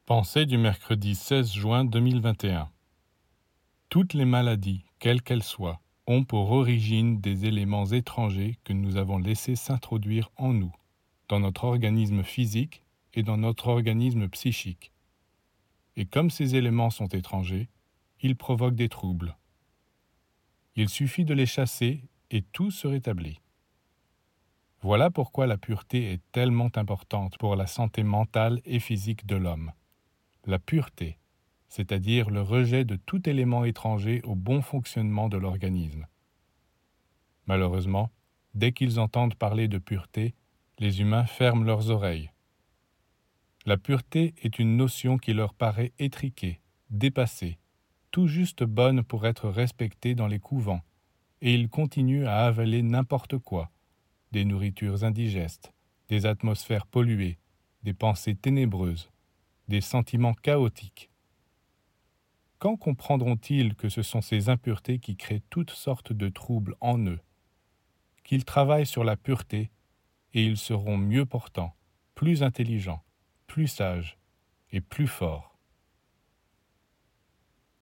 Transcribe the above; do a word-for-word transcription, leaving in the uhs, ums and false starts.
Pensée du mercredi seize juin deux mille vingt et un. Toutes les maladies, quelles qu'elles soient, ont pour origine des éléments étrangers que nous avons laissés s'introduire en nous, dans notre organisme physique et dans notre organisme psychique. Et comme ces éléments sont étrangers, ils provoquent des troubles. Il suffit de les chasser et tout se rétablit. Voilà pourquoi la pureté est tellement importante pour la santé mentale et physique de l'homme. La pureté, c'est-à-dire le rejet de tout élément étranger au bon fonctionnement de l'organisme. Malheureusement, dès qu'ils entendent parler de pureté, les humains ferment leurs oreilles. La pureté est une notion qui leur paraît étriquée, dépassée, tout juste bonne pour être respectée dans les couvents, et ils continuent à avaler n'importe quoi, des nourritures indigestes, des atmosphères polluées, des pensées ténébreuses, des sentiments chaotiques. Quand comprendront-ils que ce sont ces impuretés qui créent toutes sortes de troubles en eux, qu'ils travaillent sur la pureté et ils seront mieux portants, plus intelligents, plus sages et plus forts.